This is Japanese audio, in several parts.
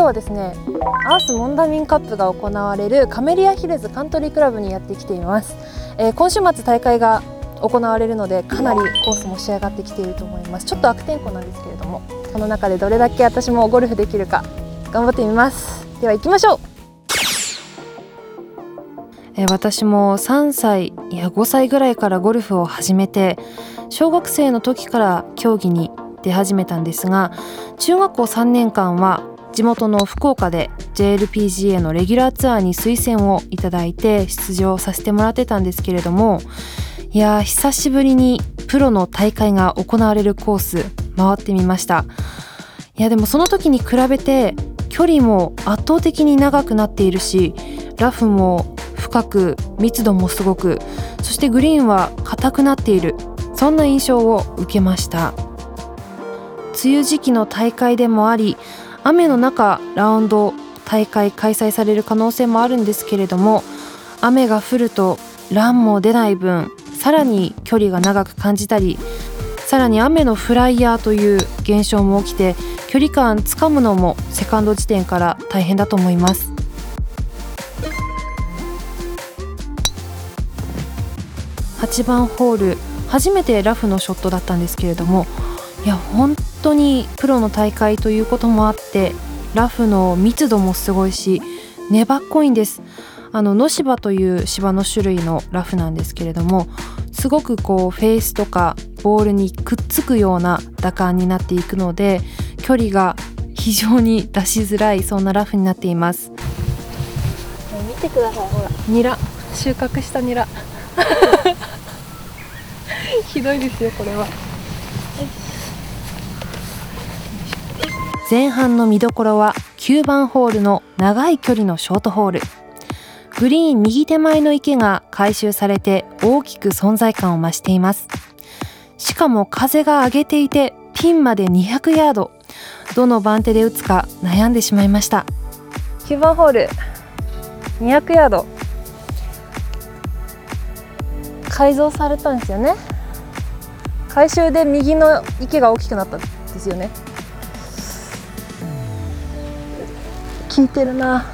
日はですね、アースモンダミンカップが行われるカメリアヒルズカントリークラブにやってきています。今週末大会が行われるので、かなりコースも仕上がってきていると思います。ちょっと悪天候なんですけれども、その中でどれだけ私もゴルフできるか頑張ってみます。では行きましょう。私も3歳いや5歳ぐらいからゴルフを始めて、小学生の時から競技に出始めたんですが、中学校3年間は地元の福岡で JLPGA のレギュラーツアーに推薦をいただいて出場させてもらってたんですけれども、いや久しぶりにプロの大会が行われるコース回ってみました。いやでもその時に比べて距離も圧倒的に長くなっているし、ラフも深く密度もすごく、そしてグリーンは硬くなっている、そんな印象を受けました。梅雨時期の大会でもあり、雨の中ラウンド大会開催される可能性もあるんですけれども、雨が降るとランも出ない分、さらに距離が長く感じたり、さらに雨のフライヤーという現象も起きて、距離感つかむのもセカンド地点から大変だと思います。8番ホール、初めてラフのショットだったんですけれども、いや本当にプロの大会ということもあって、ラフの密度もすごいし粘っこいんです。野芝という芝の種類のラフなんですけれども、すごくこうフェースとかボールにくっつくような打感になっていくので、距離が非常に出しづらい、そんなラフになっています。 見てください、ほらニラ、収穫したニラひどいですよこれは。前半の見どころは9番ホールの長い距離のショートホール。グリーン右手前の池が回収されて大きく存在感を増しています。しかも風が上げていてピンまで200ヤード。どの番手で打つか悩んでしまいました。9番ホール200ヤード改造されたんですよね。回収で右の池が大きくなったんですよね。効いてるな。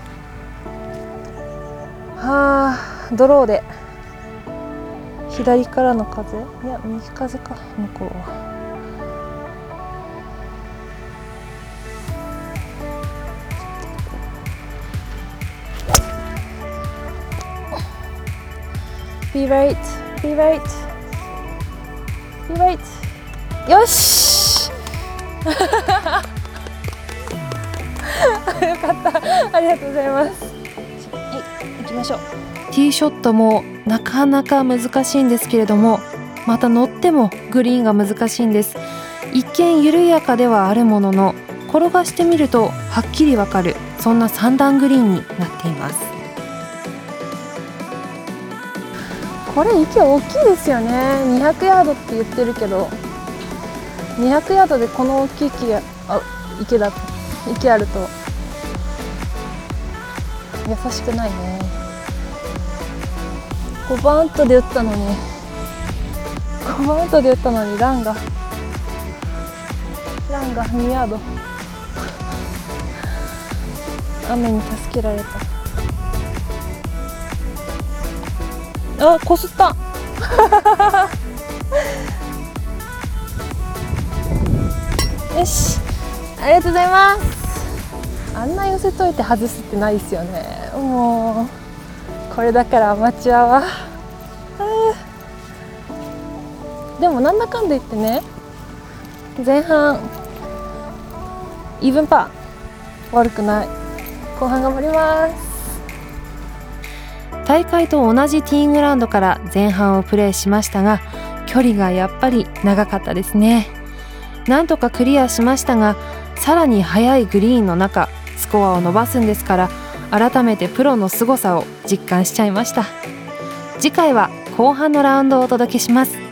ドローで左からの風、いや右風か、向こうは。Be right, be right, be right。 よしよかった、ありがとうございます。はい、行きましょう。ティーショットもなかなか難しいんですけれども、また乗ってもグリーンが難しいんです。一見緩やかではあるものの、転がしてみるとはっきりわかる、そんな3段グリーンになっています。これ池大きいですよね。200ヤードって言ってるけど、200ヤードでこの大きい池あると優しくないね。5番ウッドで打ったのにランが2ヤード。雨に助けられた。あ、こすったよし、ありがとうございます。あんな寄せといて外すってないですよね。もうこれだからアマチュアは。でもなんだかんだ言ってね、前半イーブンパー悪くない。後半頑張ります。大会と同じティーイングラウンドから前半をプレーしましたが、距離がやっぱり長かったですね。なんとかクリアしましたが、さらに速いグリーンの中スコアを伸ばすんですから、改めてプロの凄さを実感しちゃいました。次回は後半のラウンドをお届けします。